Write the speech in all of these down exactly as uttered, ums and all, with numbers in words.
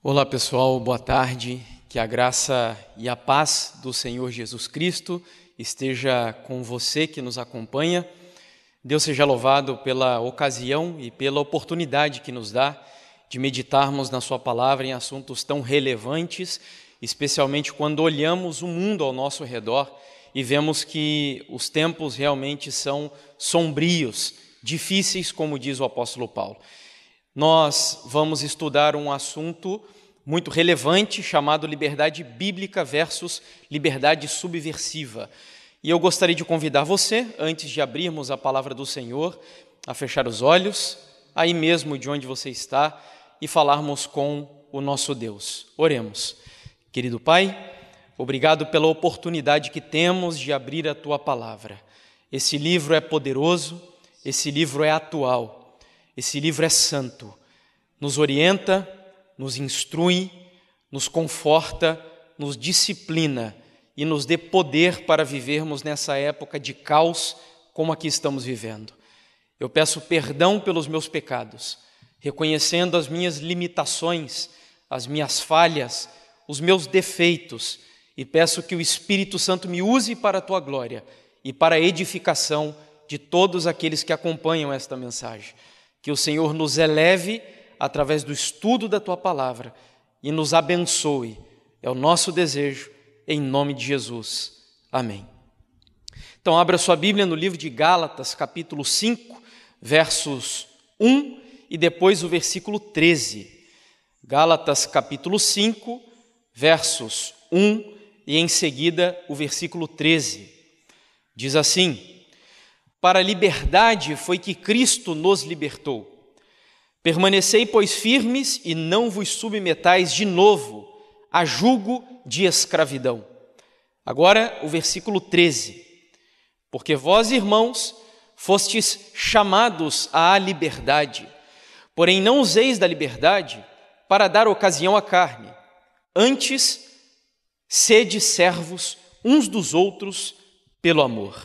Olá pessoal, boa tarde, que a graça e a paz do Senhor Jesus Cristo esteja com você que nos acompanha. Deus seja louvado pela ocasião e pela oportunidade que nos dá de meditarmos na sua palavra em assuntos tão relevantes, especialmente quando olhamos o mundo ao nosso redor e vemos que os tempos realmente são sombrios, difíceis, como diz o apóstolo Paulo. Nós vamos estudar um assunto muito relevante chamado liberdade bíblica versus liberdade subversiva. E eu gostaria de convidar você, antes de abrirmos a palavra do Senhor, a fechar os olhos, aí mesmo de onde você está, e falarmos com o nosso Deus. Oremos. Querido Pai, obrigado pela oportunidade que temos de abrir a Tua palavra. Esse livro é poderoso, esse livro é atual. Esse livro é santo, nos orienta, nos instrui, nos conforta, nos disciplina e nos dê poder para vivermos nessa época de caos como aqui estamos vivendo. Eu peço perdão pelos meus pecados, reconhecendo as minhas limitações, as minhas falhas, os meus defeitos, e peço que o Espírito Santo me use para a Tua glória e para a edificação de todos aqueles que acompanham esta mensagem. Que o Senhor nos eleve através do estudo da Tua palavra e nos abençoe. É o nosso desejo, em nome de Jesus. Amém. Então, abra sua Bíblia no livro de Gálatas, capítulo cinco, versos um e depois o versículo treze. Gálatas, capítulo cinco, versos um e em seguida o versículo treze. Diz assim: para a liberdade foi que Cristo nos libertou. Permanecei, pois, firmes e não vos submetais de novo a jugo de escravidão. Agora, o versículo treze. Porque vós, irmãos, fostes chamados à liberdade, porém não useis da liberdade para dar ocasião à carne. Antes, sede servos uns dos outros pelo amor.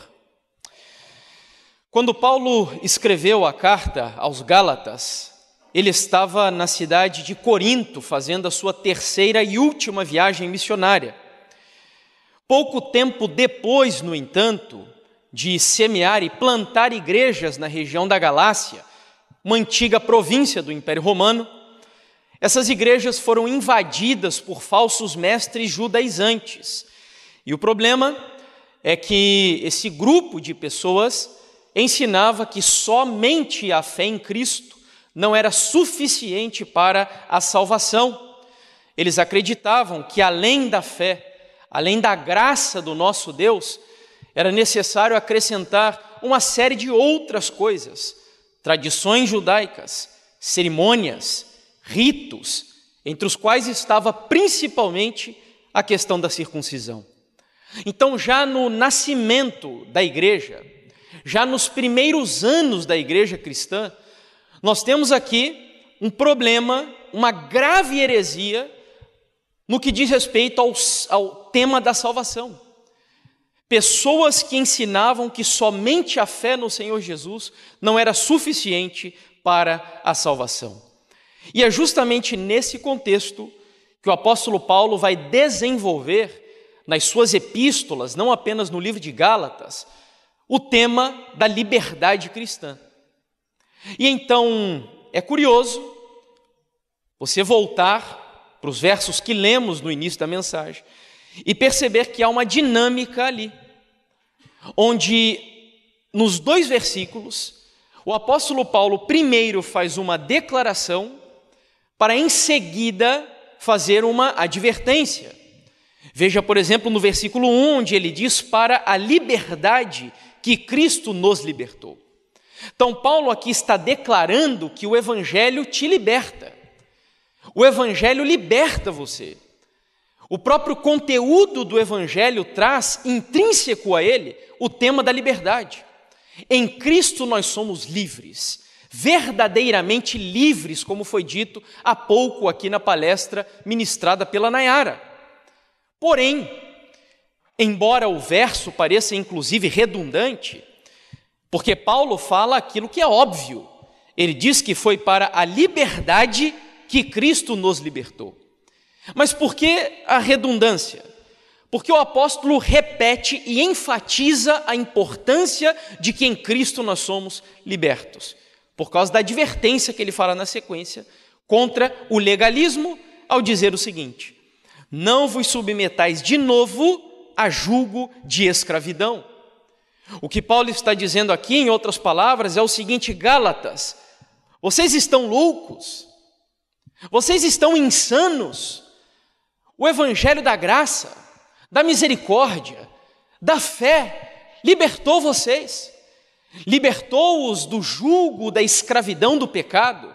Quando Paulo escreveu a carta aos Gálatas, ele estava na cidade de Corinto, fazendo a sua terceira e última viagem missionária. Pouco tempo depois, no entanto, de semear e plantar igrejas na região da Galácia, uma antiga província do Império Romano, essas igrejas foram invadidas por falsos mestres judaizantes. E o problema é que esse grupo de pessoas ensinava que somente a fé em Cristo não era suficiente para a salvação. Eles acreditavam que além da fé, além da graça do nosso Deus, era necessário acrescentar uma série de outras coisas, tradições judaicas, cerimônias, ritos, entre os quais estava principalmente a questão da circuncisão. Então, já no nascimento da igreja, já nos primeiros anos da igreja cristã, nós temos aqui um problema, uma grave heresia no que diz respeito ao, ao tema da salvação. Pessoas que ensinavam que somente a fé no Senhor Jesus não era suficiente para a salvação. E é justamente nesse contexto que o apóstolo Paulo vai desenvolver nas suas epístolas, não apenas no livro de Gálatas, o tema da liberdade cristã. E então é curioso você voltar para os versos que lemos no início da mensagem e perceber que há uma dinâmica ali, onde nos dois versículos o apóstolo Paulo primeiro faz uma declaração para em seguida fazer uma advertência. Veja, por exemplo, no versículo um, onde ele diz para a liberdade que Cristo nos libertou. Então, Paulo aqui está declarando que o Evangelho te liberta. O Evangelho liberta você. O próprio conteúdo do Evangelho traz intrínseco a ele o tema da liberdade. Em Cristo nós somos livres, verdadeiramente livres, como foi dito há pouco aqui na palestra ministrada pela Nayara. Porém, embora o verso pareça inclusive redundante, porque Paulo fala aquilo que é óbvio. Ele diz que foi para a liberdade que Cristo nos libertou. Mas por que a redundância? Porque o apóstolo repete e enfatiza a importância de que em Cristo nós somos libertos, por causa da advertência que ele fará na sequência contra o legalismo, ao dizer o seguinte: não vos submetais de novo a jugo de escravidão. O que Paulo está dizendo aqui, em outras palavras, é o seguinte: Gálatas, vocês estão loucos, vocês estão insanos. O evangelho da graça, da misericórdia, da fé, libertou vocês, libertou-os do jugo da escravidão do pecado,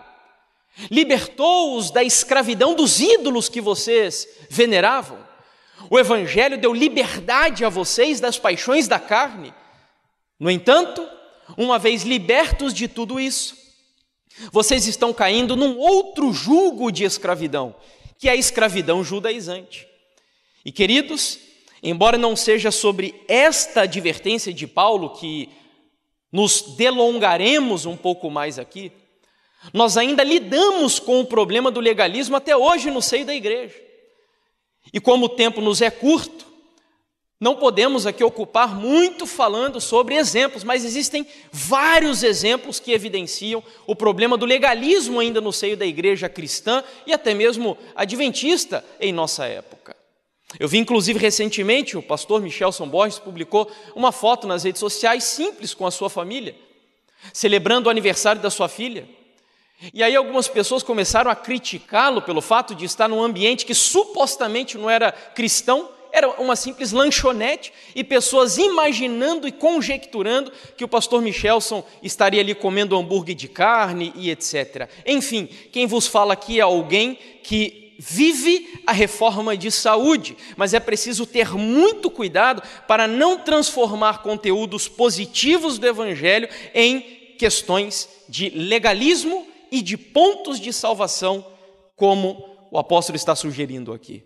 libertou-os da escravidão dos ídolos que vocês veneravam. O evangelho deu liberdade a vocês das paixões da carne. No entanto, uma vez libertos de tudo isso, vocês estão caindo num outro jugo de escravidão, que é a escravidão judaizante. E queridos, embora não seja sobre esta advertência de Paulo que nos delongaremos um pouco mais aqui, nós ainda lidamos com o problema do legalismo até hoje no seio da igreja. E como o tempo nos é curto, não podemos aqui ocupar muito falando sobre exemplos, mas existem vários exemplos que evidenciam o problema do legalismo ainda no seio da igreja cristã e até mesmo adventista em nossa época. Eu vi, inclusive, recentemente, o pastor Michelson Borges publicou uma foto nas redes sociais, simples, com a sua família, celebrando o aniversário da sua filha. E aí algumas pessoas começaram a criticá-lo pelo fato de estar num ambiente que supostamente não era cristão, era uma simples lanchonete, e pessoas imaginando e conjecturando que o pastor Michelson estaria ali comendo hambúrguer de carne e etcétera. Enfim, quem vos fala aqui é alguém que vive a reforma de saúde, mas é preciso ter muito cuidado para não transformar conteúdos positivos do evangelho em questões de legalismo e de pontos de salvação, como o apóstolo está sugerindo aqui.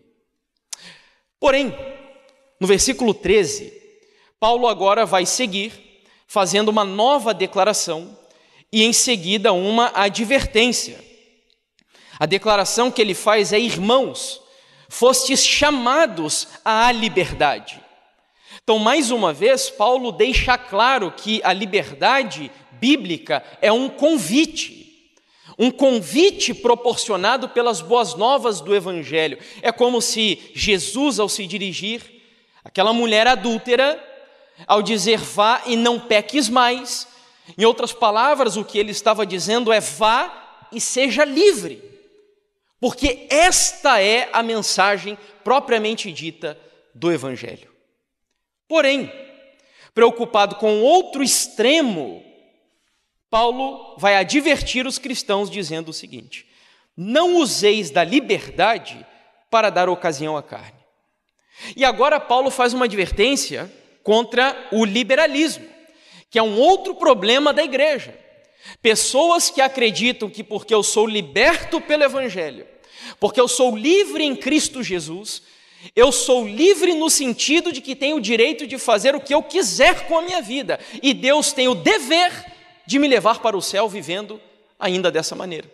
Porém, no versículo treze, Paulo agora vai seguir fazendo uma nova declaração e em seguida uma advertência. A declaração que ele faz é: irmãos, fostes chamados à liberdade. Então, mais uma vez, Paulo deixa claro que a liberdade bíblica é um convite, um convite proporcionado pelas boas novas do Evangelho. É como se Jesus, ao se dirigir àquela mulher adúltera, ao dizer vá e não peques mais, em outras palavras, o que ele estava dizendo é: vá e seja livre. Porque esta é a mensagem propriamente dita do Evangelho. Porém, preocupado com outro extremo, Paulo vai advertir os cristãos dizendo o seguinte: não useis da liberdade para dar ocasião à carne. E agora Paulo faz uma advertência contra o liberalismo, que é um outro problema da igreja. Pessoas que acreditam que porque eu sou liberto pelo Evangelho, porque eu sou livre em Cristo Jesus, eu sou livre no sentido de que tenho o direito de fazer o que eu quiser com a minha vida, e Deus tem o dever de me levar para o céu vivendo ainda dessa maneira.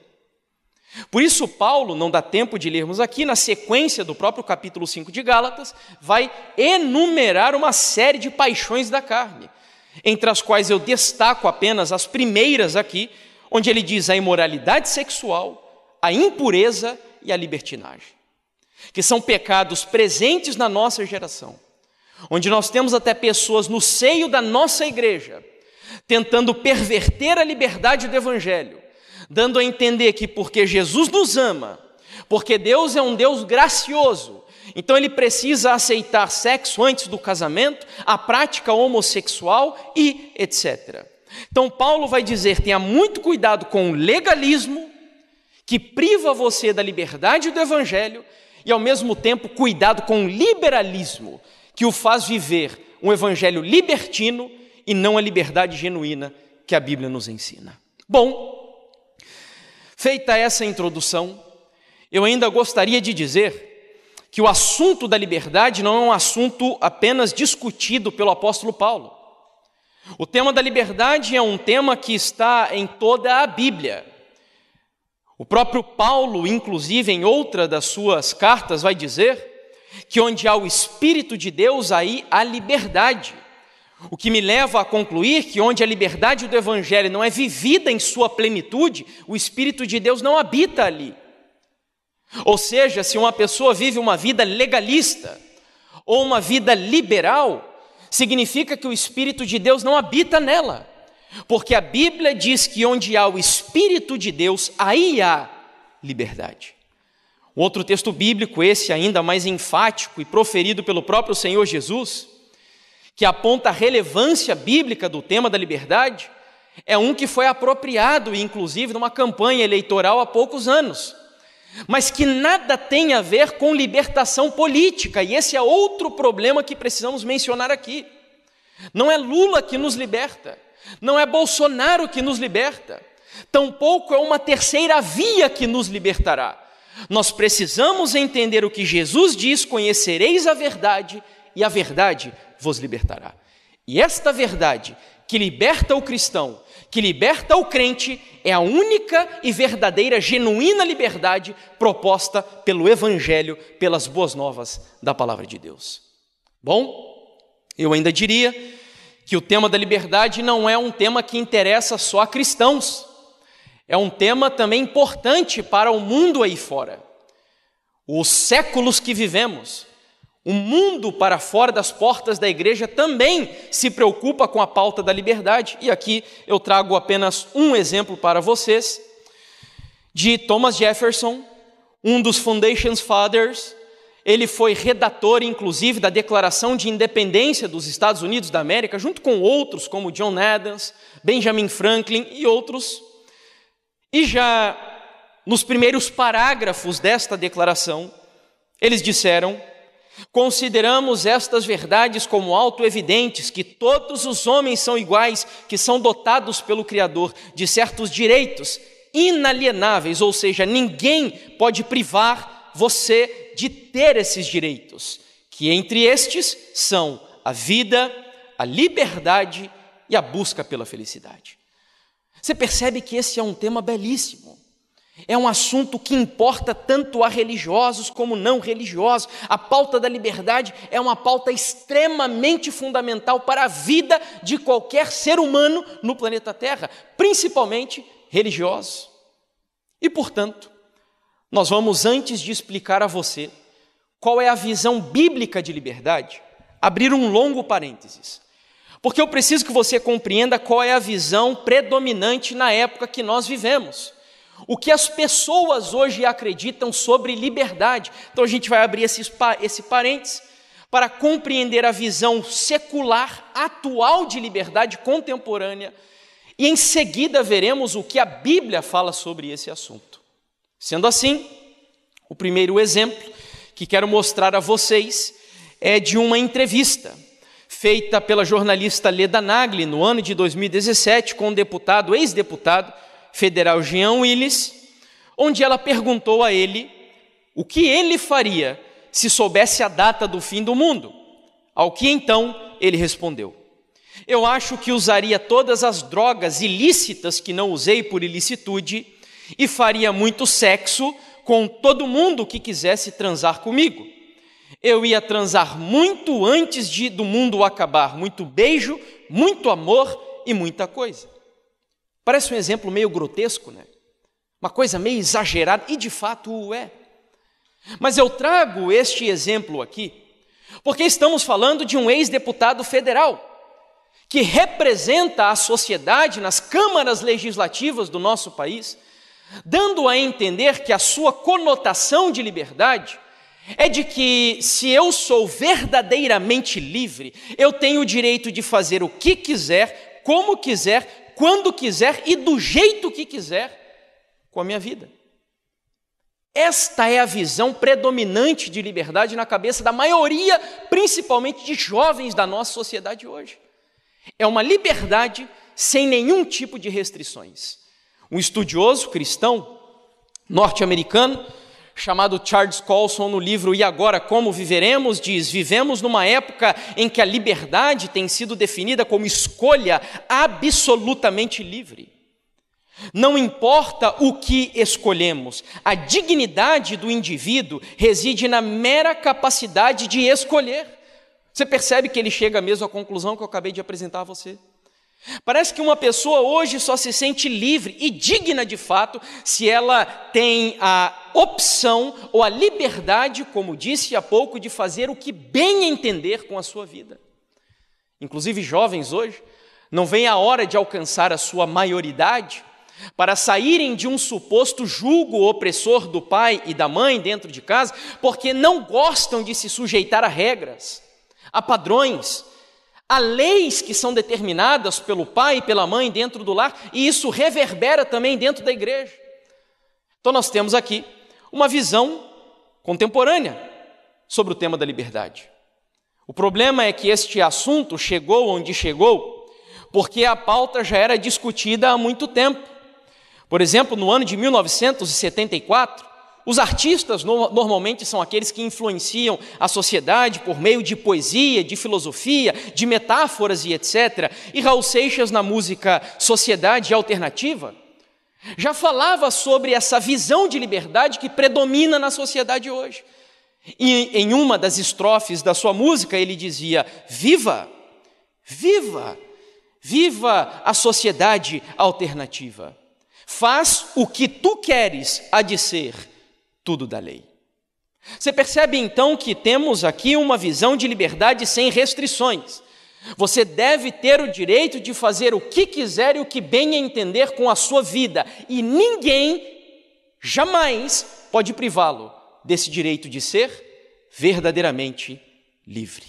Por isso Paulo, não dá tempo de lermos aqui, na sequência do próprio capítulo cinco de Gálatas, vai enumerar uma série de paixões da carne, entre as quais eu destaco apenas as primeiras aqui, onde ele diz a imoralidade sexual, a impureza e a libertinagem, que são pecados presentes na nossa geração, onde nós temos até pessoas no seio da nossa igreja, tentando perverter a liberdade do Evangelho, dando a entender que porque Jesus nos ama, porque Deus é um Deus gracioso, então ele precisa aceitar sexo antes do casamento, a prática homossexual e etcétera. Então Paulo vai dizer: tenha muito cuidado com o legalismo, que priva você da liberdade do Evangelho, e ao mesmo tempo cuidado com o liberalismo, que o faz viver um Evangelho libertino e não a liberdade genuína que a Bíblia nos ensina. Bom, feita essa introdução, eu ainda gostaria de dizer que o assunto da liberdade não é um assunto apenas discutido pelo apóstolo Paulo. O tema da liberdade é um tema que está em toda a Bíblia. O próprio Paulo, inclusive, em outra das suas cartas, vai dizer que onde há o Espírito de Deus, aí há liberdade. O que me leva a concluir que onde a liberdade do Evangelho não é vivida em sua plenitude, o Espírito de Deus não habita ali. Ou seja, se uma pessoa vive uma vida legalista ou uma vida liberal, significa que o Espírito de Deus não habita nela. Porque a Bíblia diz que onde há o Espírito de Deus, aí há liberdade. Um outro texto bíblico, esse ainda mais enfático e proferido pelo próprio Senhor Jesus, que aponta a relevância bíblica do tema da liberdade, é um que foi apropriado, inclusive, numa campanha eleitoral há poucos anos, mas que nada tem a ver com libertação política, e esse é outro problema que precisamos mencionar aqui. Não é Lula que nos liberta, não é Bolsonaro que nos liberta, tampouco é uma terceira via que nos libertará. Nós precisamos entender o que Jesus diz: conhecereis a verdade, e a verdade vos libertará. E esta verdade que liberta o cristão, que liberta o crente, é a única e verdadeira, genuína liberdade proposta pelo Evangelho, pelas boas novas da palavra de Deus. Bom, eu ainda diria que o tema da liberdade não é um tema que interessa só a cristãos, é um tema também importante para o mundo aí fora. Os séculos que vivemos, o mundo para fora das portas da igreja também se preocupa com a pauta da liberdade. E aqui eu trago apenas um exemplo para vocês, de Thomas Jefferson, um dos Foundation Fathers. Ele foi redator, inclusive, da Declaração de Independência dos Estados Unidos da América, junto com outros como John Adams, Benjamin Franklin e outros. E já nos primeiros parágrafos desta declaração, eles disseram: consideramos estas verdades como autoevidentes, que todos os homens são iguais, que são dotados pelo Criador de certos direitos inalienáveis, ou seja, ninguém pode privar você de ter esses direitos, que entre estes são a vida, a liberdade e a busca pela felicidade. Você percebe que esse é um tema belíssimo. É um assunto que importa tanto a religiosos como não religiosos. A pauta da liberdade é uma pauta extremamente fundamental para a vida de qualquer ser humano no planeta Terra, principalmente religiosos. E, portanto, nós vamos, antes de explicar a você qual é a visão bíblica de liberdade, abrir um longo parênteses, porque eu preciso que você compreenda qual é a visão predominante na época que nós vivemos. O que as pessoas hoje acreditam sobre liberdade. Então a gente vai abrir esse, esse parênteses para compreender a visão secular atual de liberdade contemporânea, e em seguida veremos o que a Bíblia fala sobre esse assunto. Sendo assim, o primeiro exemplo que quero mostrar a vocês é de uma entrevista feita pela jornalista Leda Nagli no ano de dois mil e dezessete com o deputado, ex-deputado federal Jean Willis, onde ela perguntou a ele o que ele faria se soubesse a data do fim do mundo, ao que então ele respondeu: eu acho que usaria todas as drogas ilícitas que não usei por ilicitude e faria muito sexo com todo mundo que quisesse transar comigo. Eu ia transar muito antes de, do mundo acabar, muito beijo, muito amor e muita coisa. Parece um exemplo meio grotesco, né? Uma coisa meio exagerada, e de fato o é. Mas eu trago este exemplo aqui, porque estamos falando de um ex-deputado federal, que representa a sociedade nas câmaras legislativas do nosso país, dando a entender que a sua conotação de liberdade é de que, se eu sou verdadeiramente livre, eu tenho o direito de fazer o que quiser, como quiser, quando quiser e do jeito que quiser com a minha vida. Esta é a visão predominante de liberdade na cabeça da maioria, principalmente de jovens da nossa sociedade hoje. É uma liberdade sem nenhum tipo de restrições. Um estudioso cristão norte-americano chamado Charles Colson, no livro E Agora Como Viveremos, diz: vivemos numa época em que a liberdade tem sido definida como escolha absolutamente livre. Não importa o que escolhemos, a dignidade do indivíduo reside na mera capacidade de escolher. Você percebe que ele chega mesmo à conclusão que eu acabei de apresentar a você? Parece que uma pessoa hoje só se sente livre e digna de fato se ela tem a opção ou a liberdade, como disse há pouco, de fazer o que bem entender com a sua vida. Inclusive jovens hoje, não vem a hora de alcançar a sua maioridade para saírem de um suposto jugo opressor do pai e da mãe dentro de casa, porque não gostam de se sujeitar a regras, a padrões, há leis que são determinadas pelo pai e pela mãe dentro do lar, e isso reverbera também dentro da igreja. Então nós temos aqui uma visão contemporânea sobre o tema da liberdade. O problema é que este assunto chegou onde chegou, porque a pauta já era discutida há muito tempo. Por exemplo, no ano de mil novecentos e setenta e quatro, os artistas no, normalmente são aqueles que influenciam a sociedade por meio de poesia, de filosofia, de metáforas e etcétera. E Raul Seixas, na música Sociedade Alternativa, já falava sobre essa visão de liberdade que predomina na sociedade hoje. E em uma das estrofes da sua música, ele dizia: viva, viva, viva a sociedade alternativa. Faz o que tu queres, há de ser tudo da lei. Você percebe então que temos aqui uma visão de liberdade sem restrições. Você deve ter o direito de fazer o que quiser e o que bem entender com a sua vida, e ninguém jamais pode privá-lo desse direito de ser verdadeiramente livre.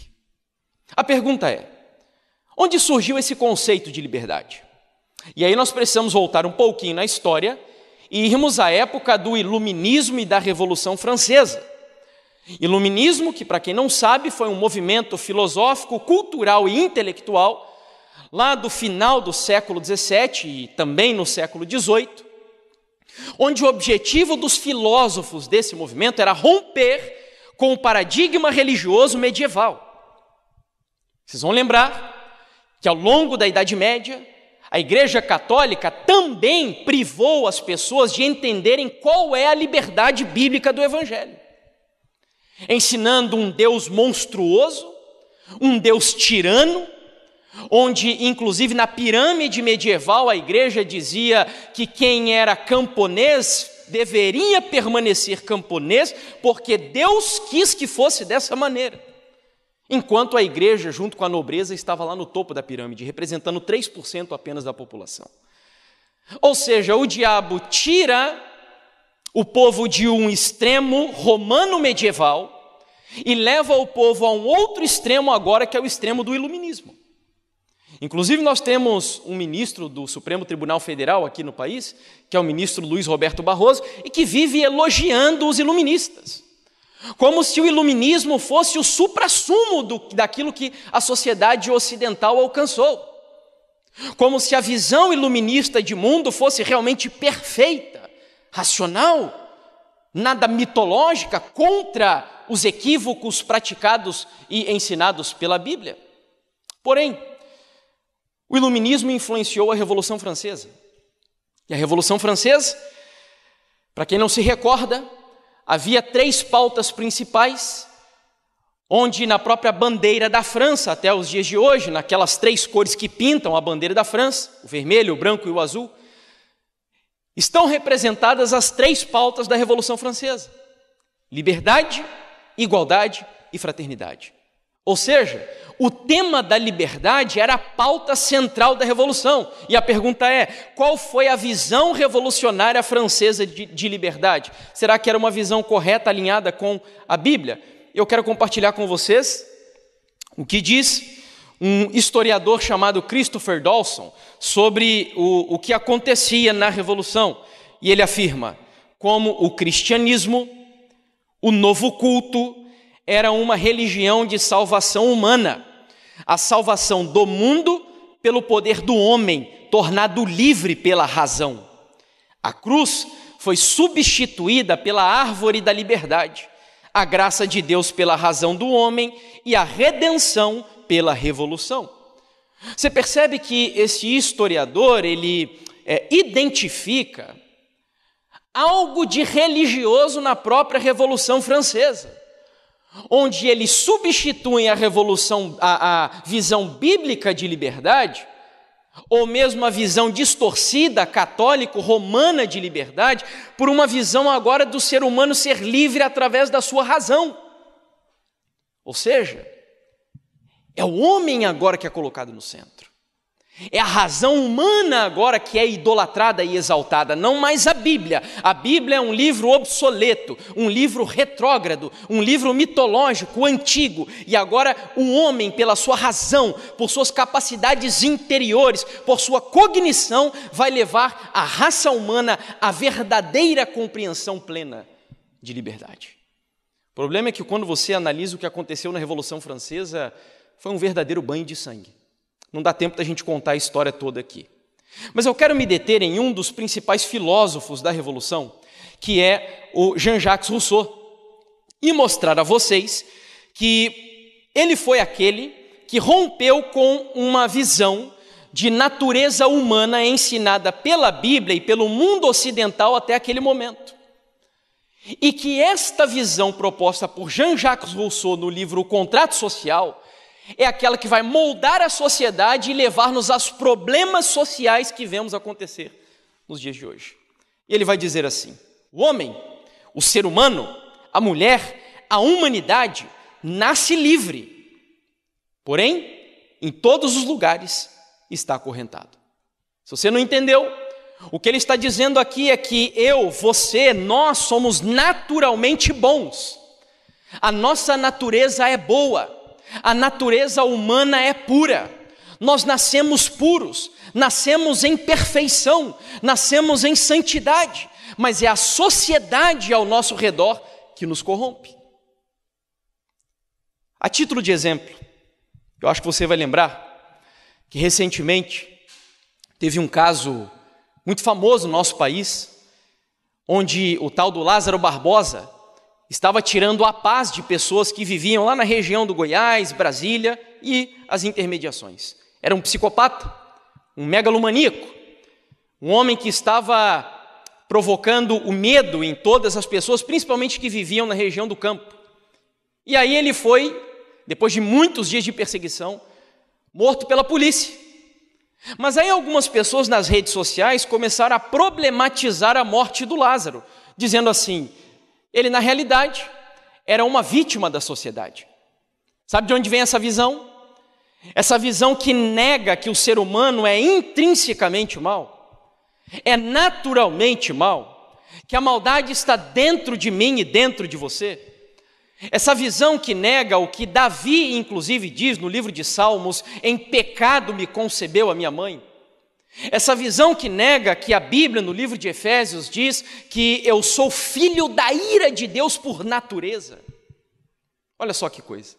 A pergunta é: onde surgiu esse conceito de liberdade? E aí nós precisamos voltar um pouquinho na história e irmos à época do Iluminismo e da Revolução Francesa. Iluminismo, que para quem não sabe, foi um movimento filosófico, cultural e intelectual, lá do final do século dezessete e também no século dezoito, onde o objetivo dos filósofos desse movimento era romper com o paradigma religioso medieval. Vocês vão lembrar que ao longo da Idade Média, a Igreja Católica também privou as pessoas de entenderem qual é a liberdade bíblica do Evangelho, ensinando um Deus monstruoso, um Deus tirano, onde inclusive na pirâmide medieval a igreja dizia que quem era camponês deveria permanecer camponês, porque Deus quis que fosse dessa maneira. Enquanto a igreja, junto com a nobreza, estava lá no topo da pirâmide, representando três por cento apenas da população. Ou seja, o diabo tira o povo de um extremo romano medieval e leva o povo a um outro extremo agora, que é o extremo do iluminismo. Inclusive nós temos um ministro do Supremo Tribunal Federal aqui no país, que é o ministro Luiz Roberto Barroso, e que vive elogiando os iluministas, como se o iluminismo fosse o suprassumo do, daquilo que a sociedade ocidental alcançou, como se a visão iluminista de mundo fosse realmente perfeita, racional, nada mitológica, contra os equívocos praticados e ensinados pela Bíblia. Porém, o iluminismo influenciou a Revolução Francesa. E a Revolução Francesa, para quem não se recorda, havia três pautas principais, onde na própria bandeira da França, até os dias de hoje, naquelas três cores que pintam a bandeira da França, o vermelho, o branco e o azul, estão representadas as três pautas da Revolução Francesa: liberdade, igualdade e fraternidade. Ou seja, o tema da liberdade era a pauta central da Revolução. E a pergunta é: qual foi a visão revolucionária francesa de, de liberdade? Será que era uma visão correta, alinhada com a Bíblia? Eu quero compartilhar com vocês o que diz um historiador chamado Christopher Dawson sobre o, o que acontecia na Revolução. E ele afirma como o cristianismo, o novo culto, era uma religião de salvação humana, a salvação do mundo pelo poder do homem, tornado livre pela razão. A cruz foi substituída pela árvore da liberdade, a graça de Deus pela razão do homem e a redenção pela revolução. Você percebe que esse historiador, ele, é, identifica algo de religioso na própria Revolução Francesa, onde eles substituem a revolução, a, a visão bíblica de liberdade, ou mesmo a visão distorcida, católico-romana de liberdade, por uma visão agora do ser humano ser livre através da sua razão. Ou seja, é o homem agora que é colocado no centro. É a razão humana agora que é idolatrada e exaltada, não mais a Bíblia. A Bíblia é um livro obsoleto, um livro retrógrado, um livro mitológico, antigo. E agora o homem, pela sua razão, por suas capacidades interiores, por sua cognição, vai levar a raça humana à verdadeira compreensão plena de liberdade. O problema é que quando você analisa o que aconteceu na Revolução Francesa, foi um verdadeiro banho de sangue. Não dá tempo da gente contar a história toda aqui. Mas eu quero me deter em um dos principais filósofos da Revolução, que é o Jean-Jacques Rousseau, e mostrar a vocês que ele foi aquele que rompeu com uma visão de natureza humana ensinada pela Bíblia e pelo mundo ocidental até aquele momento. E que esta visão proposta por Jean-Jacques Rousseau no livro O Contrato Social é aquela que vai moldar a sociedade e levar-nos aos problemas sociais que vemos acontecer nos dias de hoje. E ele vai dizer assim: o homem, o ser humano, a mulher, a humanidade nasce livre, porém, em todos os lugares está acorrentado. Se você não entendeu, o que ele está dizendo aqui é que eu, você, nós somos naturalmente bons. A nossa natureza é boa. A natureza humana é pura, nós nascemos puros, nascemos em perfeição, nascemos em santidade, mas é a sociedade ao nosso redor que nos corrompe. A título de exemplo, eu acho que você vai lembrar que recentemente teve um caso muito famoso no nosso país, onde o tal do Lázaro Barbosa estava tirando a paz de pessoas que viviam lá na região do Goiás, Brasília e as intermediações. Era um psicopata, um megalomaníaco, um homem que estava provocando o medo em todas as pessoas, principalmente que viviam na região do campo. E aí ele foi, depois de muitos dias de perseguição, morto pela polícia. Mas aí algumas pessoas nas redes sociais começaram a problematizar a morte do Lázaro, dizendo assim: ele, na realidade, era uma vítima da sociedade. Sabe de onde vem essa visão? Essa visão que nega que o ser humano é intrinsecamente mal, é naturalmente mal, que a maldade está dentro de mim e dentro de você. Essa visão que nega o que Davi, inclusive, diz no livro de Salmos: em pecado me concebeu a minha mãe. Essa visão que nega que a Bíblia, no livro de Efésios, diz que eu sou filho da ira de Deus por natureza. Olha só que coisa.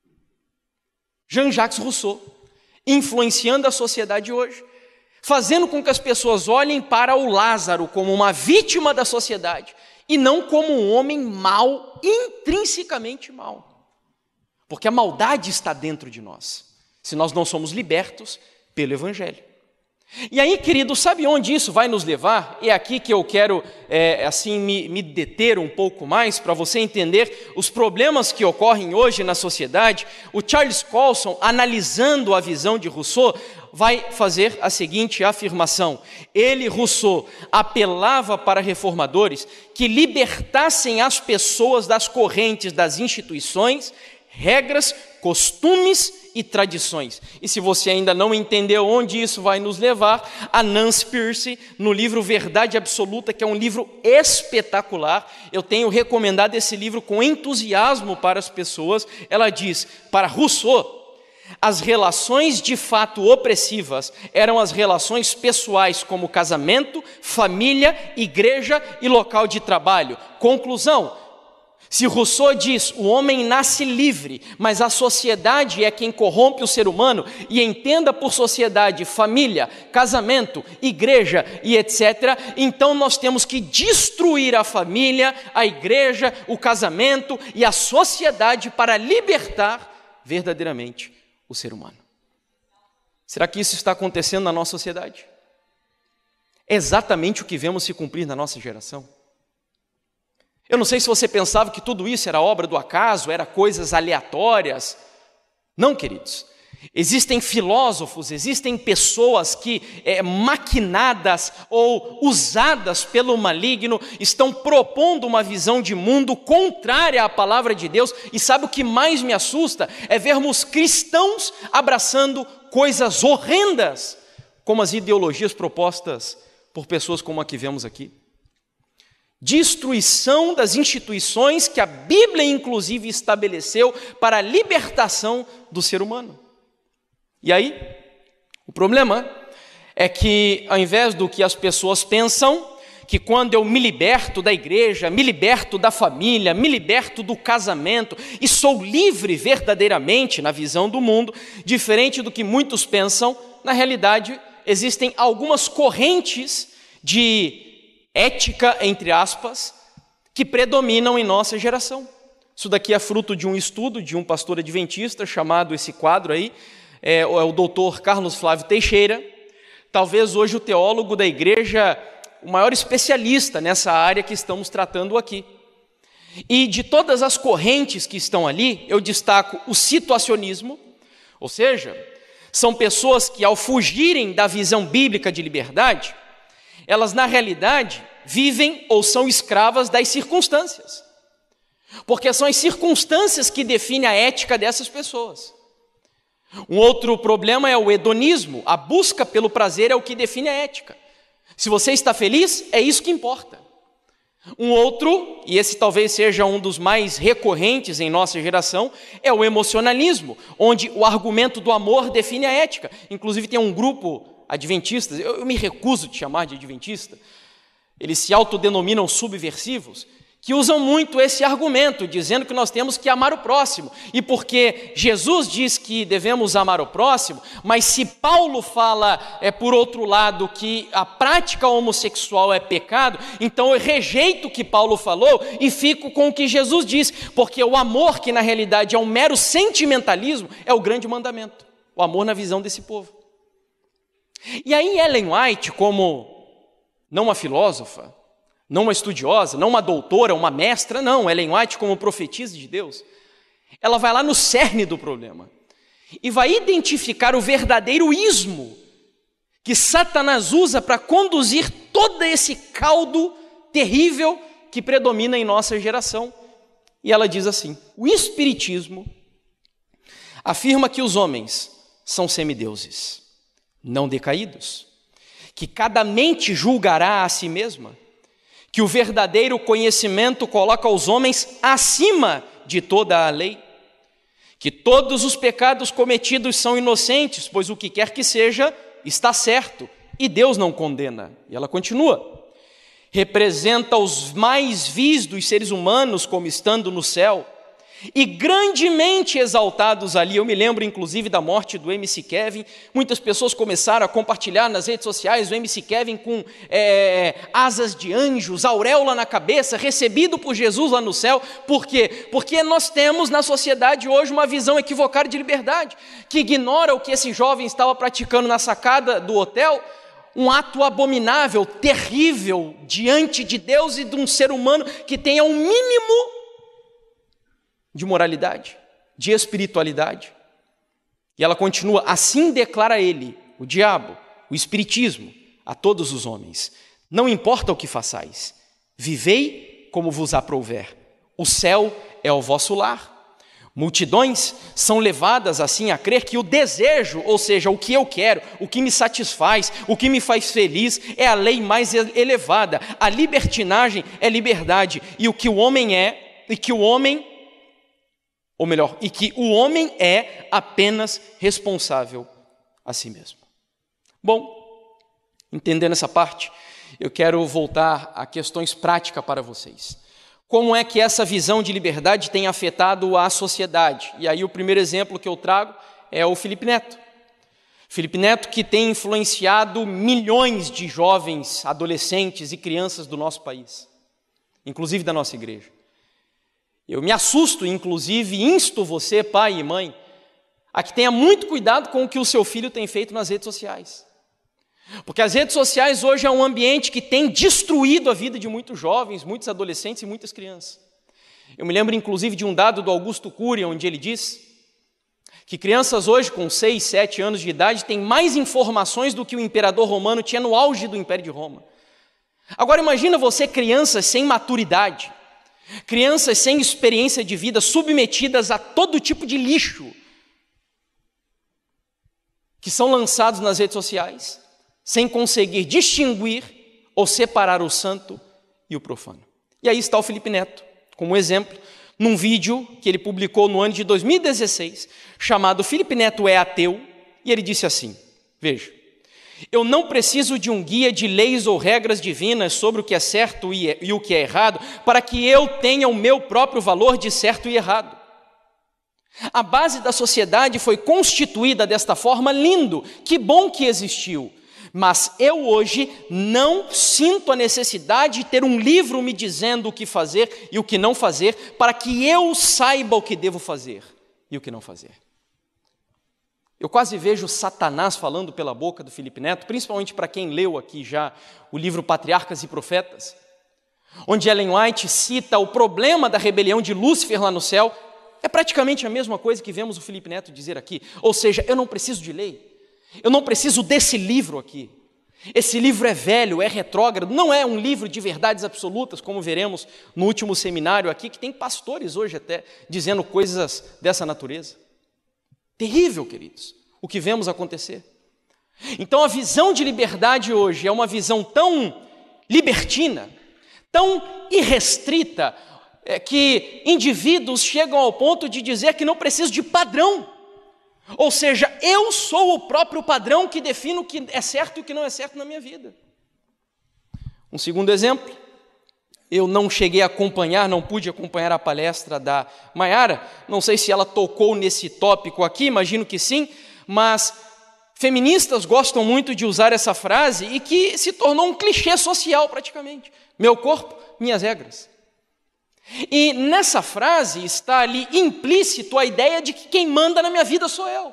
Jean-Jacques Rousseau, influenciando a sociedade hoje, fazendo com que as pessoas olhem para o Lázaro como uma vítima da sociedade e não como um homem mau, intrinsecamente mau. Porque a maldade está dentro de nós, se nós não somos libertos pelo Evangelho. E aí, querido, sabe onde isso vai nos levar? É aqui que eu quero, é, assim, me, me deter um pouco mais, para você entender os problemas que ocorrem hoje na sociedade. O Charles Colson, analisando a visão de Rousseau, vai fazer a seguinte afirmação: ele, Rousseau, apelava para reformadores que libertassem as pessoas das correntes das instituições, regras, costumes e tradições. E se você ainda não entendeu onde isso vai nos levar, a Nancy Pearcey, no livro Verdade Absoluta, que é um livro espetacular, eu tenho recomendado esse livro com entusiasmo para as pessoas. Ela diz: para Rousseau, as relações de fato opressivas eram as relações pessoais, como casamento, família, igreja e local de trabalho. Conclusão: se Rousseau diz o homem nasce livre, mas a sociedade é quem corrompe o ser humano, e entenda por sociedade família, casamento, igreja e etcétera, então nós temos que destruir a família, a igreja, o casamento e a sociedade para libertar verdadeiramente o ser humano. Será que isso está acontecendo na nossa sociedade? é exatamente o que vemos se cumprir na nossa geração. Eu não sei se você pensava que tudo isso era obra do acaso, era coisas aleatórias. Não, queridos. Existem filósofos, existem pessoas que, é, maquinadas ou usadas pelo maligno, estão propondo uma visão de mundo contrária à palavra de Deus. E sabe o que mais me assusta? É vermos cristãos abraçando coisas horrendas, como as ideologias propostas por pessoas como a que vemos aqui. Destruição das instituições que a Bíblia inclusive estabeleceu para a libertação do ser humano. E aí, o problema é que ao invés do que as pessoas pensam, que quando eu me liberto da igreja, me liberto da família, me liberto do casamento e sou livre verdadeiramente na visão do mundo, diferente do que muitos pensam, na realidade existem algumas correntes de ética, entre aspas, que predominam em nossa geração. Isso daqui é fruto de um estudo de um pastor adventista, chamado, esse quadro aí, é, é o doutor Carlos Flávio Teixeira, talvez hoje o teólogo da igreja, o maior especialista nessa área que estamos tratando aqui. E de todas as correntes que estão ali, eu destaco o situacionismo, ou seja, são pessoas que ao fugirem da visão bíblica de liberdade, elas na realidade vivem ou são escravas das circunstâncias, porque são as circunstâncias que definem a ética dessas pessoas. Um outro problema é o hedonismo, a busca pelo prazer é o que define a ética. Se você está feliz, é isso que importa. Um outro, e esse talvez seja um dos mais recorrentes em nossa geração, é o emocionalismo, onde o argumento do amor define a ética. Inclusive tem um grupo adventistas, eu, eu me recuso de chamar de adventista, eles se autodenominam subversivos, que usam muito esse argumento, dizendo que nós temos que amar o próximo, e porque Jesus diz que devemos amar o próximo, mas se Paulo fala, é, por outro lado, que a prática homossexual é pecado, então eu rejeito o que Paulo falou e fico com o que Jesus diz, porque o amor, que na realidade é um mero sentimentalismo, é o grande mandamento, o amor na visão desse povo. E aí Ellen White, como não uma filósofa, não uma estudiosa, não uma doutora, uma mestra, não, Ellen White como profetisa de Deus, ela vai lá no cerne do problema e vai identificar o verdadeiro ismo que Satanás usa para conduzir todo esse caldo terrível que predomina em nossa geração. E ela diz assim: o espiritismo afirma que os homens são semideuses, não decaídos, que cada mente julgará a si mesma, que o verdadeiro conhecimento coloca os homens acima de toda a lei, que todos os pecados cometidos são inocentes, pois o que quer que seja está certo, e Deus não condena. E ela continua: representa os mais vis dos seres humanos como estando no céu, e grandemente exaltados ali. Eu me lembro inclusive da morte do M C Kevin, muitas pessoas começaram a compartilhar nas redes sociais o M C Kevin com é, asas de anjos, auréola na cabeça, recebido por Jesus lá no céu. Por quê? Porque nós temos na sociedade hoje uma visão equivocada de liberdade, que ignora o que esse jovem estava praticando na sacada do hotel, um ato abominável, terrível, diante de Deus e de um ser humano que tenha um mínimo de moralidade, de espiritualidade. E ela continua: assim declara ele, o diabo, o espiritismo, a todos os homens: não importa o que façais, vivei como vos aprouver, o céu é o vosso lar. Multidões são levadas assim a crer que o desejo, ou seja, o que eu quero, o que me satisfaz, o que me faz feliz, é a lei mais elevada. A libertinagem é liberdade, e o que o homem é, e que o homem ou melhor, e que o homem é apenas responsável a si mesmo. Bom, entendendo essa parte, eu quero voltar a questões práticas para vocês. Como é que essa visão de liberdade tem afetado a sociedade? E aí o primeiro exemplo que eu trago é o Felipe Neto. Felipe Neto, que tem influenciado milhões de jovens, adolescentes e crianças do nosso país, inclusive da nossa igreja. Eu me assusto, inclusive, insto você, pai e mãe, a que tenha muito cuidado com o que o seu filho tem feito nas redes sociais. Porque as redes sociais hoje é um ambiente que tem destruído a vida de muitos jovens, muitos adolescentes e muitas crianças. Eu me lembro inclusive de um dado do Augusto Cury, onde ele diz que crianças hoje com seis, sete anos de idade têm mais informações do que o imperador romano tinha no auge do Império de Roma. Agora imagina você, crianças sem maturidade, crianças sem experiência de vida, submetidas a todo tipo de lixo que são lançados nas redes sociais, sem conseguir distinguir ou separar o santo e o profano. E aí está o Felipe Neto, como exemplo, num vídeo que ele publicou no ano de dois mil e dezesseis, chamado Felipe Neto é ateu, e ele disse assim, veja, eu não preciso de um guia de leis ou regras divinas sobre o que é certo e, e o que é errado, para que eu tenha o meu próprio valor de certo e errado. A base da sociedade foi constituída desta forma, lindo, que bom que existiu. Mas eu hoje não sinto a necessidade de ter um livro me dizendo o que fazer e o que não fazer, para que eu saiba o que devo fazer e o que não fazer. Eu quase vejo Satanás falando pela boca do Felipe Neto, principalmente para quem leu aqui já o livro Patriarcas e Profetas, onde Ellen White cita o problema da rebelião de Lúcifer lá no céu. É praticamente a mesma coisa que vemos o Felipe Neto dizer aqui, ou seja, eu não preciso de lei. Eu não preciso desse livro aqui. Esse livro é velho, é retrógrado, não é um livro de verdades absolutas, como veremos no último seminário aqui, que tem pastores hoje até dizendo coisas dessa natureza. Terrível, queridos, o que vemos acontecer. Então a visão de liberdade hoje é uma visão tão libertina, tão irrestrita, é, que indivíduos chegam ao ponto de dizer que não precisam de padrão. Ou seja, eu sou o próprio padrão que defino o que é certo e o que não é certo na minha vida. Um segundo exemplo, eu não cheguei a acompanhar, não pude acompanhar a palestra da Maiara, não sei se ela tocou nesse tópico aqui, imagino que sim, mas feministas gostam muito de usar essa frase e que se tornou um clichê social praticamente. Meu corpo, minhas regras. E nessa frase está ali implícito a ideia de que quem manda na minha vida sou eu.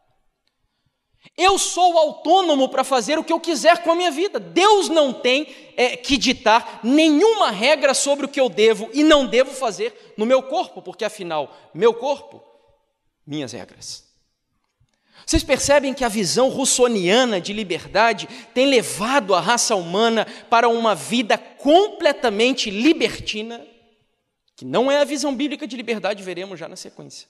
Eu sou autônomo para fazer o que eu quiser com a minha vida. Deus não tem é, que ditar nenhuma regra sobre o que eu devo e não devo fazer no meu corpo, porque afinal, meu corpo, minhas regras. Vocês percebem que a visão russoniana de liberdade tem levado a raça humana para uma vida completamente libertina, que não é a visão bíblica de liberdade, veremos já na sequência.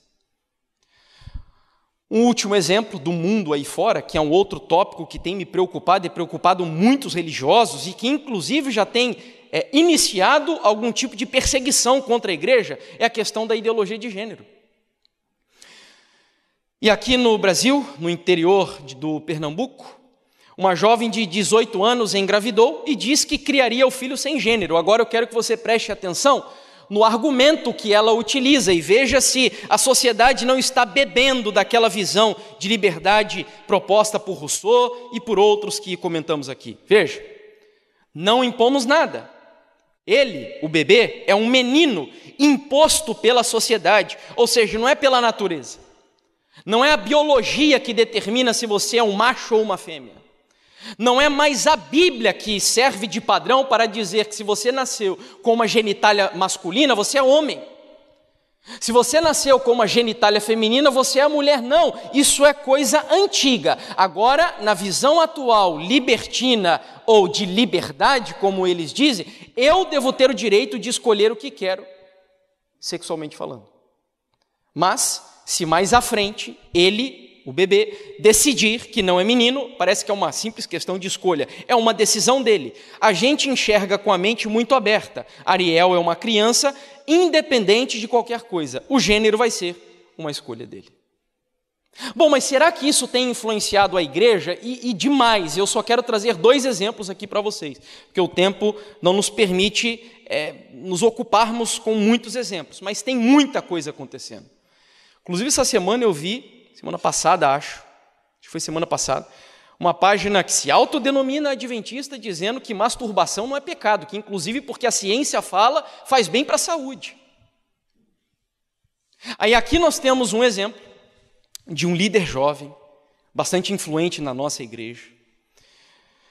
Um último exemplo do mundo aí fora, que é um outro tópico que tem me preocupado e preocupado muitos religiosos e que inclusive já tem é, iniciado algum tipo de perseguição contra a igreja, é a questão da ideologia de gênero. E aqui no Brasil, no interior de, do Pernambuco, uma jovem de dezoito anos engravidou e diz que criaria o filho sem gênero. Agora eu quero que você preste atenção no argumento que ela utiliza e veja se a sociedade não está bebendo daquela visão de liberdade proposta por Rousseau e por outros que comentamos aqui. Veja, não impomos nada. Ele, o bebê, é um menino imposto pela sociedade, ou seja, não é pela natureza. Não é a biologia que determina se você é um macho ou uma fêmea. Não é mais a Bíblia que serve de padrão para dizer que se você nasceu com uma genitália masculina, você é homem. Se você nasceu com uma genitália feminina, você é mulher. Não, isso é coisa antiga. Agora, na visão atual, libertina ou de liberdade, como eles dizem, eu devo ter o direito de escolher o que quero, sexualmente falando. Mas, se mais à frente, ele... o bebê decidir que não é menino, parece que é uma simples questão de escolha, é uma decisão dele. A gente enxerga com a mente muito aberta. Ariel é uma criança independente de qualquer coisa. O gênero vai ser uma escolha dele. Bom, mas será que isso tem influenciado a igreja? E, e demais, eu só quero trazer dois exemplos aqui para vocês, porque o tempo não nos permite é, nos ocuparmos com muitos exemplos, mas tem muita coisa acontecendo. Inclusive, essa semana eu vi, semana passada, acho, acho que foi semana passada, uma página que se autodenomina adventista dizendo que masturbação não é pecado, que inclusive porque a ciência fala, faz bem para a saúde. Aí aqui nós temos um exemplo de um líder jovem, bastante influente na nossa igreja,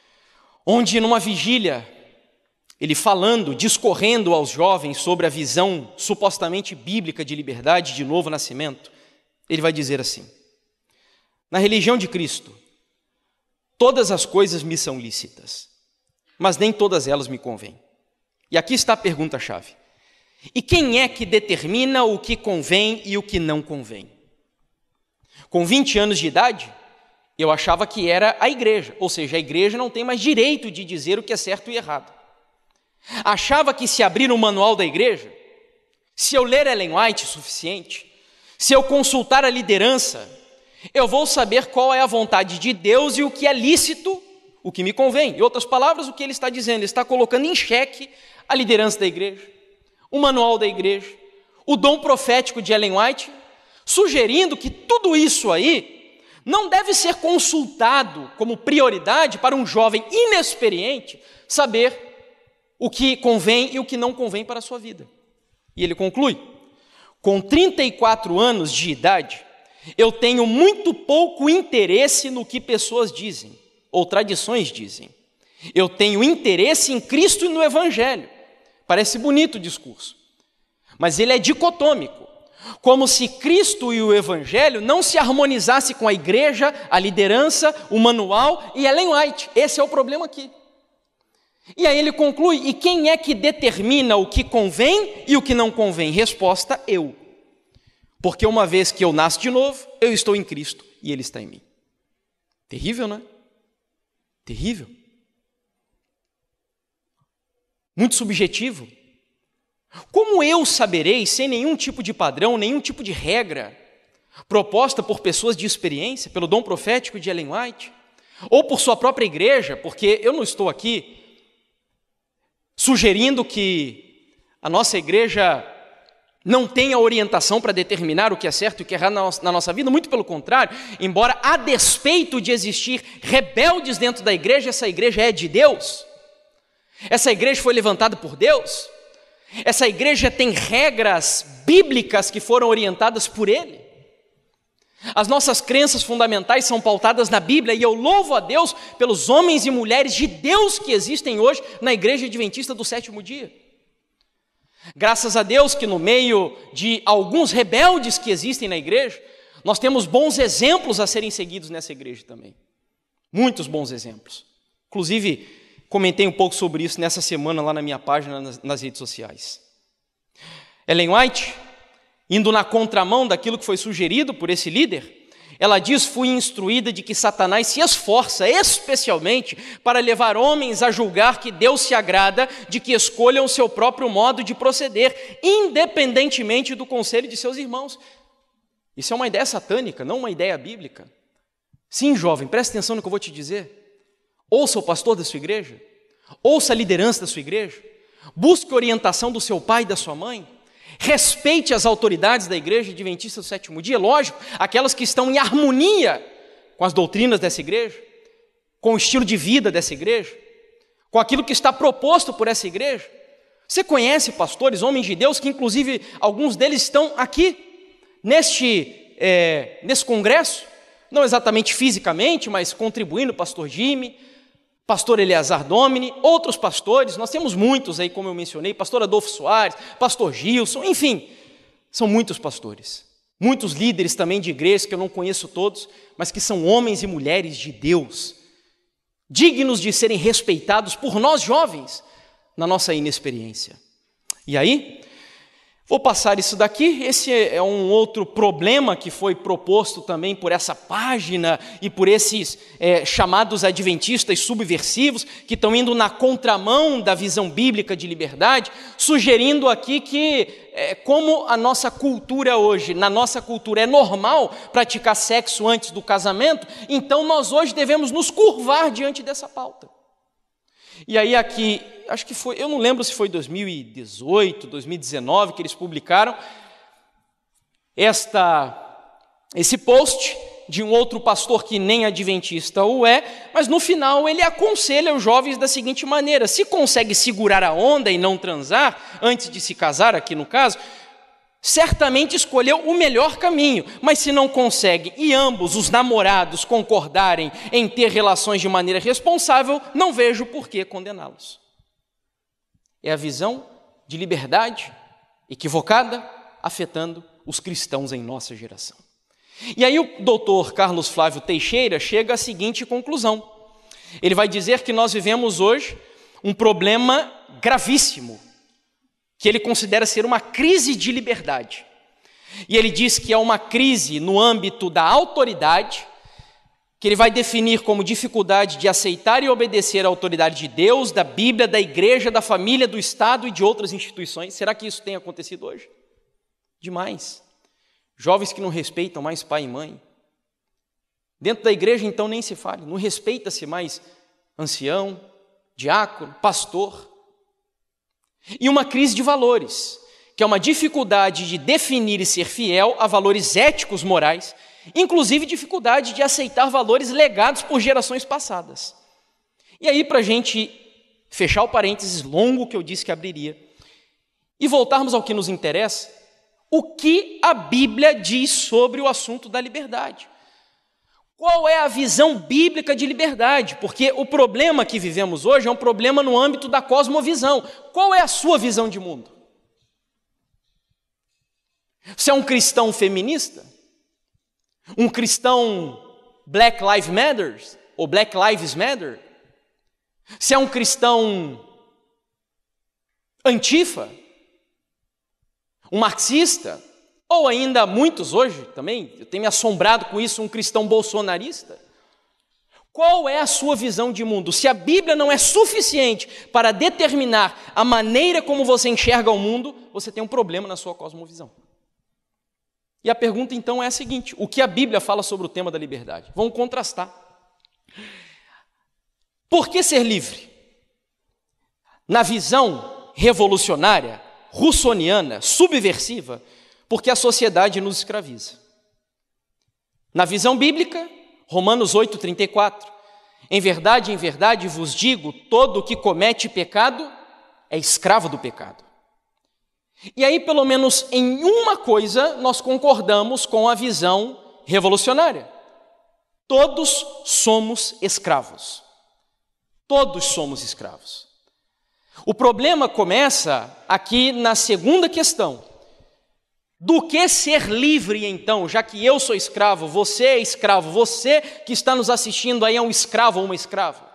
onde numa vigília, ele falando, discorrendo aos jovens sobre a visão supostamente bíblica de liberdade, de novo nascimento, ele vai dizer assim: na religião de Cristo, todas as coisas me são lícitas, mas nem todas elas me convêm. E aqui está a pergunta-chave: e quem é que determina o que convém e o que não convém? Com vinte anos de idade, eu achava que era a igreja, ou seja, a igreja não tem mais direito de dizer o que é certo e errado. Achava que se abrir o manual da igreja, se eu ler Ellen White o suficiente, se eu consultar a liderança, eu vou saber qual é a vontade de Deus e o que é lícito, o que me convém. Em outras palavras, o que ele está dizendo? Ele está colocando em xeque a liderança da igreja, o manual da igreja, o dom profético de Ellen White, sugerindo que tudo isso aí não deve ser consultado como prioridade para um jovem inexperiente saber o que convém e o que não convém para a sua vida. E ele conclui: com trinta e quatro anos de idade, eu tenho muito pouco interesse no que pessoas dizem, ou tradições dizem. Eu tenho interesse em Cristo e no Evangelho. Parece bonito o discurso, mas ele é dicotômico, como se Cristo e o Evangelho não se harmonizassem com a igreja, a liderança, o manual e Ellen White. Esse é o problema aqui. E aí ele conclui: e quem é que determina o que convém e o que não convém? Resposta: eu. Porque uma vez que eu nasço de novo, eu estou em Cristo e Ele está em mim. Terrível, não é? Terrível. Muito subjetivo. Como eu saberei, sem nenhum tipo de padrão, nenhum tipo de regra, proposta por pessoas de experiência, pelo dom profético de Ellen White, ou por sua própria igreja, porque eu não estou aqui sugerindo que a nossa igreja não tenha orientação para determinar o que é certo e o que é errado na nossa vida, muito pelo contrário, embora a despeito de existir rebeldes dentro da igreja, essa igreja é de Deus, essa igreja foi levantada por Deus, essa igreja tem regras bíblicas que foram orientadas por Ele. As nossas crenças fundamentais são pautadas na Bíblia e eu louvo a Deus pelos homens e mulheres de Deus que existem hoje na Igreja Adventista do Sétimo Dia. Graças a Deus que no meio de alguns rebeldes que existem na igreja, nós temos bons exemplos a serem seguidos nessa igreja também. Muitos bons exemplos. Inclusive, comentei um pouco sobre isso nessa semana lá na minha página nas, nas redes sociais. Ellen White, indo na contramão daquilo que foi sugerido por esse líder, ela diz: fui instruída de que Satanás se esforça especialmente para levar homens a julgar que Deus se agrada de que escolham o seu próprio modo de proceder, independentemente do conselho de seus irmãos. Isso é uma ideia satânica, não uma ideia bíblica. Sim, jovem, preste atenção no que eu vou te dizer. Ouça o pastor da sua igreja, ouça a liderança da sua igreja, busque orientação do seu pai e da sua mãe, respeite as autoridades da Igreja Adventista do Sétimo Dia, lógico, aquelas que estão em harmonia com as doutrinas dessa igreja, com o estilo de vida dessa igreja, com aquilo que está proposto por essa igreja. Você conhece pastores, homens de Deus, que inclusive alguns deles estão aqui, neste, é, nesse congresso, não exatamente fisicamente, mas contribuindo, pastor Jimmy, pastor Eleazar Domini, outros pastores, nós temos muitos aí, como eu mencionei, pastor Adolfo Soares, pastor Gilson, enfim, são muitos pastores, muitos líderes também de igrejas que eu não conheço todos, mas que são homens e mulheres de Deus, dignos de serem respeitados por nós jovens, na nossa inexperiência. E aí, vou passar isso daqui. Esse é um outro problema que foi proposto também por essa página e por esses é, chamados adventistas subversivos que estão indo na contramão da visão bíblica de liberdade, sugerindo aqui que, é, como a nossa cultura hoje, na nossa cultura é normal praticar sexo antes do casamento, então nós hoje devemos nos curvar diante dessa pauta. E aí aqui, acho que foi, eu não lembro se foi dois mil e dezoito, dois mil e dezenove que eles publicaram esta, esse post de um outro pastor que nem adventista o é, mas no final ele aconselha os jovens da seguinte maneira: se consegue segurar a onda e não transar antes de se casar, aqui no caso, certamente escolheu o melhor caminho, mas se não consegue e ambos, os namorados, concordarem em ter relações de maneira responsável, não vejo por que condená-los. É a visão de liberdade equivocada afetando os cristãos em nossa geração. E aí o doutor Carlos Flávio Teixeira chega à seguinte conclusão. Ele vai dizer que nós vivemos hoje um problema gravíssimo, que ele considera ser uma crise de liberdade. E ele diz que é uma crise no âmbito da autoridade, que ele vai definir como dificuldade de aceitar e obedecer à autoridade de Deus, da Bíblia, da igreja, da família, do Estado e de outras instituições. Será que isso tem acontecido hoje? Demais. Jovens que não respeitam mais pai e mãe. Dentro da igreja, então, nem se fale. Não respeita-se mais ancião, diácono, pastor. E uma crise de valores, que é uma dificuldade de definir e ser fiel a valores éticos, morais, inclusive dificuldade de aceitar valores legados por gerações passadas. E aí, para a gente fechar o parênteses longo que eu disse que abriria, e voltarmos ao que nos interessa, o que a Bíblia diz sobre o assunto da liberdade? Qual é a visão bíblica de liberdade? Porque o problema que vivemos hoje é um problema no âmbito da cosmovisão. Qual é a sua visão de mundo? Você é um cristão feminista? Um cristão Black Lives Matter? Ou Black Lives Matter? Você é um cristão antifa? Um marxista? Ou ainda muitos hoje também, eu tenho me assombrado com isso, um cristão bolsonarista? Qual é a sua visão de mundo? Se a Bíblia não é suficiente para determinar a maneira como você enxerga o mundo, você tem um problema na sua cosmovisão. E a pergunta então é a seguinte: o que a Bíblia fala sobre o tema da liberdade? Vamos contrastar. Por que ser livre? Na visão revolucionária, russoniana, subversiva, porque a sociedade nos escraviza. Na visão bíblica, Romanos oito, trinta e quatro, em verdade, em verdade vos digo, todo o que comete pecado é escravo do pecado. E aí, pelo menos em uma coisa, nós concordamos com a visão revolucionária. Todos somos escravos. Todos somos escravos. O problema começa aqui na segunda questão. Do que ser livre, então, já que eu sou escravo, você é escravo, você que está nos assistindo aí é um escravo ou uma escrava?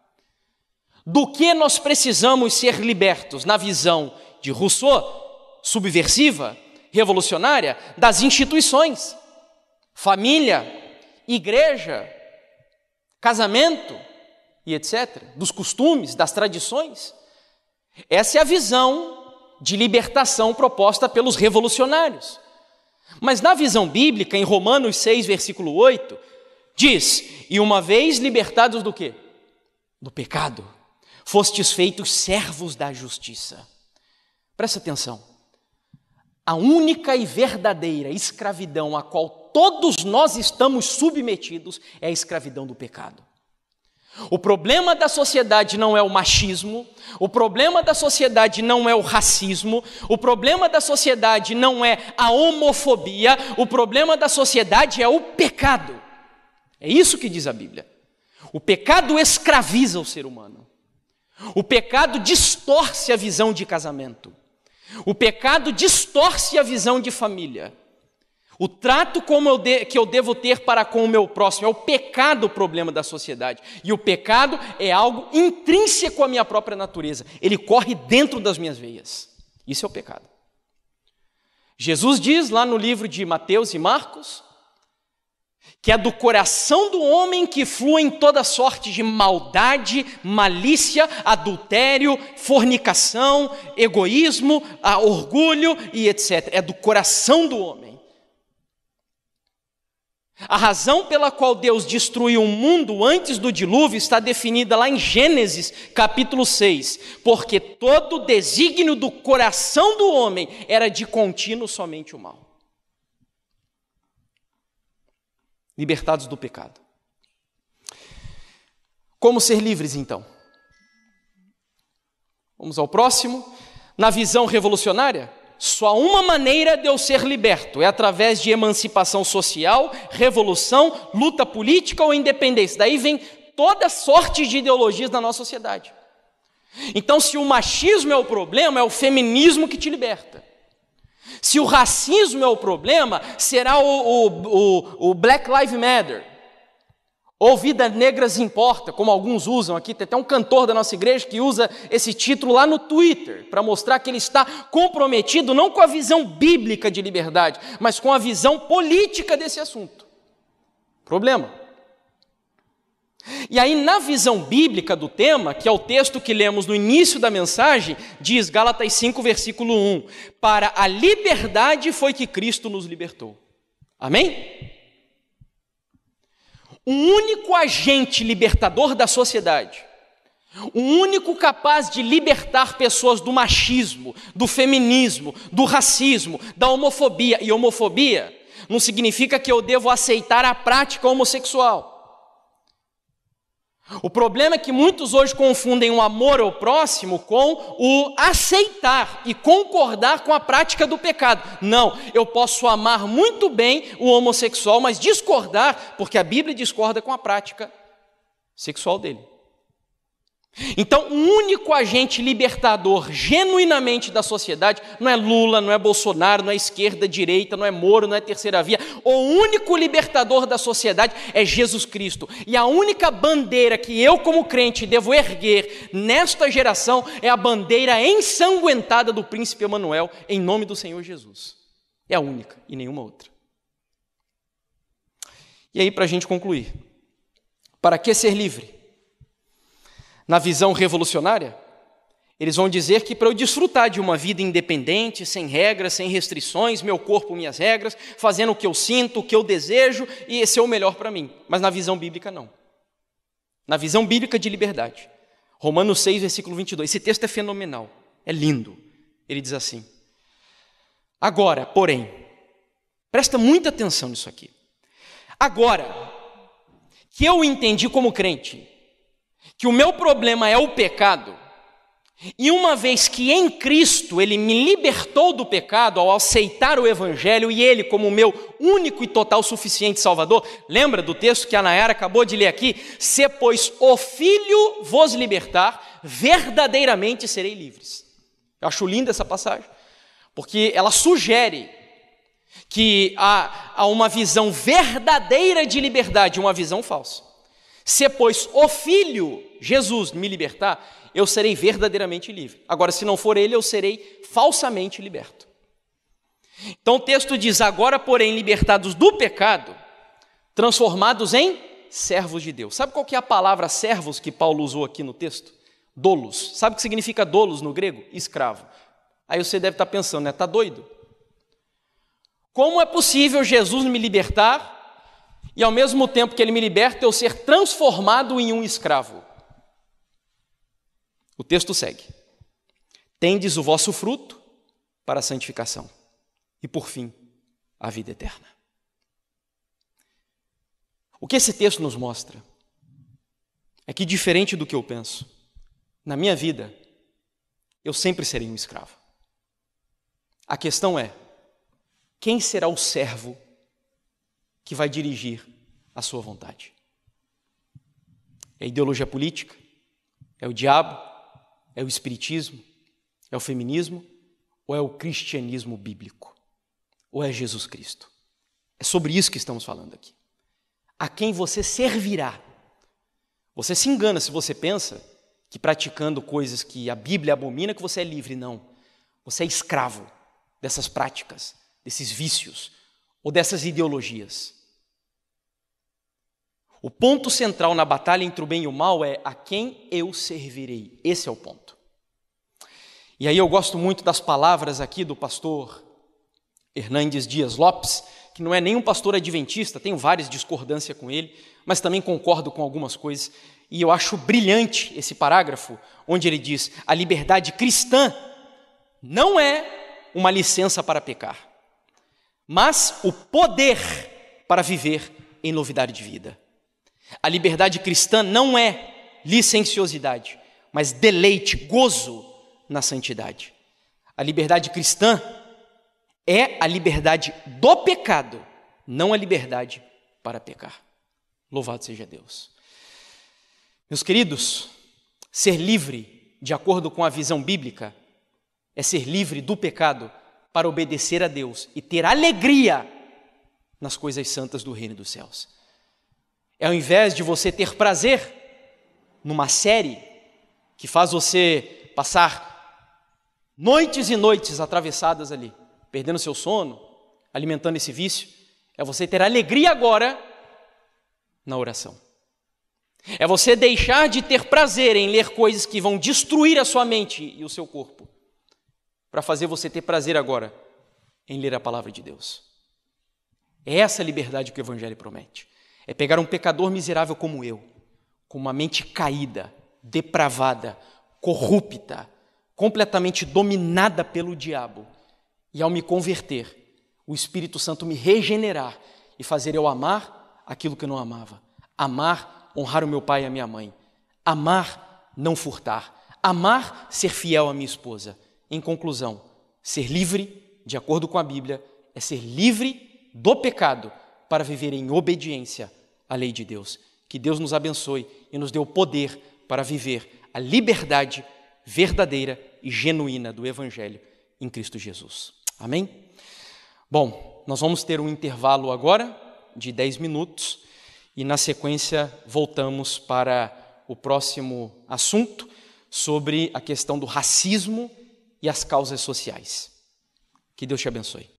Do que nós precisamos ser libertos na visão de Rousseau, subversiva, revolucionária, das instituições, família, igreja, casamento e etcétera, dos costumes, das tradições? Essa é a visão de libertação proposta pelos revolucionários. Mas na visão bíblica, em Romanos seis, versículo oito, diz: e uma vez libertados do quê? Do pecado, fostes feitos servos da justiça. Presta atenção. A única e verdadeira escravidão a qual todos nós estamos submetidos é a escravidão do pecado. O problema da sociedade não é o machismo, o problema da sociedade não é o racismo, o problema da sociedade não é a homofobia, o problema da sociedade é o pecado. É isso que diz a Bíblia. O pecado escraviza o ser humano. O pecado distorce a visão de casamento. O pecado distorce a visão de família. O trato como eu de, que eu devo ter para com o meu próximo é o pecado o problema da sociedade. E o pecado é algo intrínseco à minha própria natureza. Ele corre dentro das minhas veias. Isso é o pecado. Jesus diz lá no livro de Mateus e Marcos que é do coração do homem que fluem toda sorte de maldade, malícia, adultério, fornicação, egoísmo, orgulho e etcétera. É do coração do homem. A razão pela qual Deus destruiu o mundo antes do dilúvio está definida lá em Gênesis, capítulo seis. Porque todo o desígnio do coração do homem era de contínuo somente o mal. Libertados do pecado. Como ser livres, então? Vamos ao próximo. Na visão revolucionária, só há uma maneira de eu ser liberto, é através de emancipação social, revolução, luta política ou independência. Daí vem toda sorte de ideologias na nossa sociedade. Então, se o machismo é o problema, é o feminismo que te liberta. Se o racismo é o problema, será o, o, o, o Black Lives Matter. Ou Vidas Negras Importa, como alguns usam aqui. Tem até um cantor da nossa igreja que usa esse título lá no Twitter, para mostrar que ele está comprometido não com a visão bíblica de liberdade, mas com a visão política desse assunto. Problema. E aí, na visão bíblica do tema, que é o texto que lemos no início da mensagem, diz Gálatas cinco, versículo um, para a liberdade foi que Cristo nos libertou. Amém? O único agente libertador da sociedade, o único capaz de libertar pessoas do machismo, do feminismo, do racismo, da homofobia. E homofobia não significa que eu devo aceitar a prática homossexual. O problema é que muitos hoje confundem o amor ao próximo com o aceitar e concordar com a prática do pecado. Não, eu posso amar muito bem o homossexual, mas discordar, porque a Bíblia discorda com a prática sexual dele. Então, o único agente libertador genuinamente da sociedade não é Lula, não é Bolsonaro, não é esquerda, direita, não é Moro, não é terceira via. O único libertador da sociedade é Jesus Cristo. E a única bandeira que eu, como crente, devo erguer nesta geração é a bandeira ensanguentada do príncipe Emanuel, em nome do Senhor Jesus. É a única e nenhuma outra. E aí, para a gente concluir, para que ser livre? Na visão revolucionária, eles vão dizer que para eu desfrutar de uma vida independente, sem regras, sem restrições, meu corpo, minhas regras, fazendo o que eu sinto, o que eu desejo, e esse é o melhor para mim. Mas na visão bíblica, não. Na visão bíblica de liberdade. Romanos seis, versículo vinte e dois. Esse texto é fenomenal, é lindo. Ele diz assim: agora, porém, presta muita atenção nisso aqui. Agora, que eu entendi como crente, que o meu problema é o pecado, e uma vez que em Cristo Ele me libertou do pecado ao aceitar o Evangelho e Ele como o meu único e total suficiente Salvador, lembra do texto que a Nayara acabou de ler aqui? Se pois o Filho vos libertar, verdadeiramente serei livres. Eu acho linda essa passagem, porque ela sugere que há, há uma visão verdadeira de liberdade, uma visão falsa. Se, pois, o Filho, Jesus, me libertar, eu serei verdadeiramente livre. Agora, se não for Ele, eu serei falsamente liberto. Então o texto diz, agora, porém, libertados do pecado, transformados em servos de Deus. Sabe qual que é a palavra servos que Paulo usou aqui no texto? Doulos. Sabe o que significa doulos no grego? Escravo. Aí você deve estar pensando, né? Está doido? Como é possível Jesus me libertar e ao mesmo tempo que Ele me liberta, eu ser transformado em um escravo? O texto segue. Tendes o vosso fruto para a santificação e, por fim, a vida eterna. O que esse texto nos mostra é que, diferente do que eu penso, na minha vida, eu sempre serei um escravo. A questão é, quem será o servo que vai dirigir a sua vontade? É a ideologia política? É o diabo? É o espiritismo? É o feminismo? Ou é o cristianismo bíblico? Ou é Jesus Cristo? É sobre isso que estamos falando aqui. A quem você servirá? Você se engana se você pensa que praticando coisas que a Bíblia abomina que você é livre. Não. Você é escravo dessas práticas, desses vícios ou dessas ideologias. O ponto central na batalha entre o bem e o mal é a quem eu servirei. Esse é o ponto. E aí eu gosto muito das palavras aqui do pastor Hernandes Dias Lopes, que não é nenhum pastor adventista, tenho várias discordâncias com ele, mas também concordo com algumas coisas. E eu acho brilhante esse parágrafo, onde ele diz, a liberdade cristã não é uma licença para pecar, mas o poder para viver em novidade de vida. A liberdade cristã não é licenciosidade, mas deleite, gozo na santidade. A liberdade cristã é a liberdade do pecado, não a liberdade para pecar. Louvado seja Deus. Meus queridos, ser livre, de acordo com a visão bíblica, é ser livre do pecado para obedecer a Deus e ter alegria nas coisas santas do reino dos céus. É ao invés de você ter prazer numa série que faz você passar noites e noites atravessadas ali, perdendo seu sono, alimentando esse vício, é você ter alegria agora na oração. É você deixar de ter prazer em ler coisas que vão destruir a sua mente e o seu corpo, para fazer você ter prazer agora em ler a palavra de Deus. É essa a liberdade que o Evangelho promete. É pegar um pecador miserável como eu, com uma mente caída, depravada, corrupta, completamente dominada pelo diabo, e ao me converter, o Espírito Santo me regenerar e fazer eu amar aquilo que eu não amava. Amar, honrar o meu pai e a minha mãe. Amar, não furtar. Amar, ser fiel à minha esposa. Em conclusão, ser livre, de acordo com a Bíblia, é ser livre do pecado para viver em obediência à lei de Deus. Que Deus nos abençoe e nos dê o poder para viver a liberdade verdadeira e genuína do Evangelho em Cristo Jesus. Amém? Bom, nós vamos ter um intervalo agora de dez minutos e na sequência voltamos para o próximo assunto sobre a questão do racismo e as causas sociais. Que Deus te abençoe.